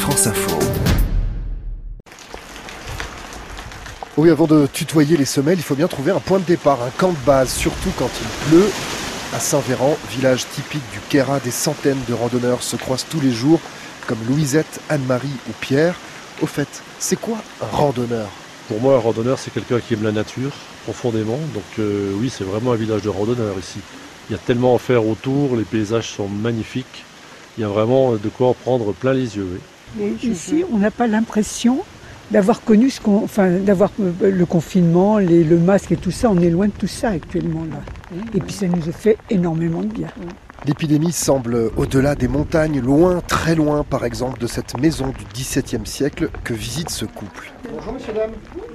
France Info. Oui, avant de tutoyer les semelles, il faut bien trouver un point de départ, un camp de base, surtout quand il pleut. À Saint-Véran, village typique du Queyras, des centaines de randonneurs se croisent tous les jours, comme Louisette, Anne-Marie ou Pierre. Au fait, c'est quoi un randonneur ? Pour moi, un randonneur, c'est quelqu'un qui aime la nature profondément. Donc oui, c'est vraiment un village de randonneurs ici. Il y a tellement à faire autour, les paysages sont magnifiques. Il y a vraiment de quoi en prendre plein les yeux. Oui. Et ici, on n'a pas l'impression d'avoir connu d'avoir le confinement, le masque et tout ça. On est loin de tout ça actuellement là. Et puis ça nous a fait énormément de bien. L'épidémie semble au-delà des montagnes, loin, très loin par exemple de cette maison du XVIIe siècle que visite ce couple. Bonjour messieurs, dames.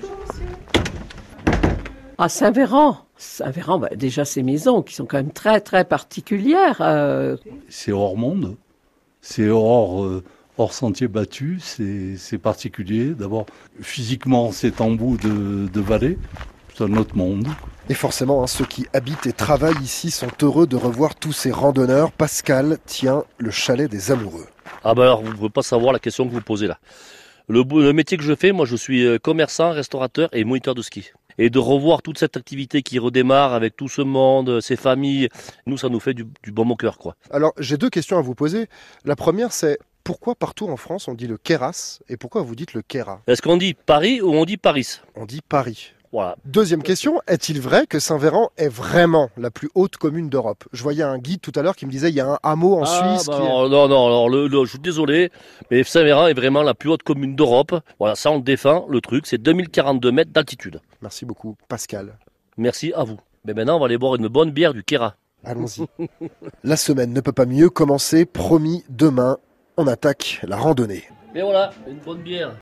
À Saint-Véran, déjà ces maisons qui sont quand même très très particulières. C'est hors monde, c'est hors sentier battu, c'est particulier. D'abord, physiquement, c'est en bout de vallée, c'est un autre monde. Et forcément, ceux qui habitent et travaillent ici sont heureux de revoir tous ces randonneurs. Pascal tient le chalet des amoureux. Ah ben alors, vous ne pouvez pas savoir la question que vous posez là. Le métier que je fais, moi je suis commerçant, restaurateur et moniteur de ski. Et de revoir toute cette activité qui redémarre avec tout ce monde, ces familles, nous ça nous fait du bon au cœur, quoi. Alors j'ai deux questions à vous poser. La première c'est pourquoi partout en France on dit le Queyras et pourquoi vous dites le Queyras ? Est-ce qu'on dit Paris ou on dit Paris ? On dit Paris. Voilà. Deuxième question, est-il vrai que Saint-Véran est vraiment la plus haute commune d'Europe ? Je voyais un guide tout à l'heure qui me disait il y a un hameau en Suisse qui est... Non, je suis désolé, mais Saint-Véran est vraiment la plus haute commune d'Europe. Voilà, ça on le défend, le truc, c'est 2042 mètres d'altitude. Merci beaucoup, Pascal. Merci à vous. Mais maintenant, on va aller boire une bonne bière du Queyras. Allons-y. La semaine ne peut pas mieux commencer, promis, demain, on attaque la randonnée. Mais voilà, une bonne bière.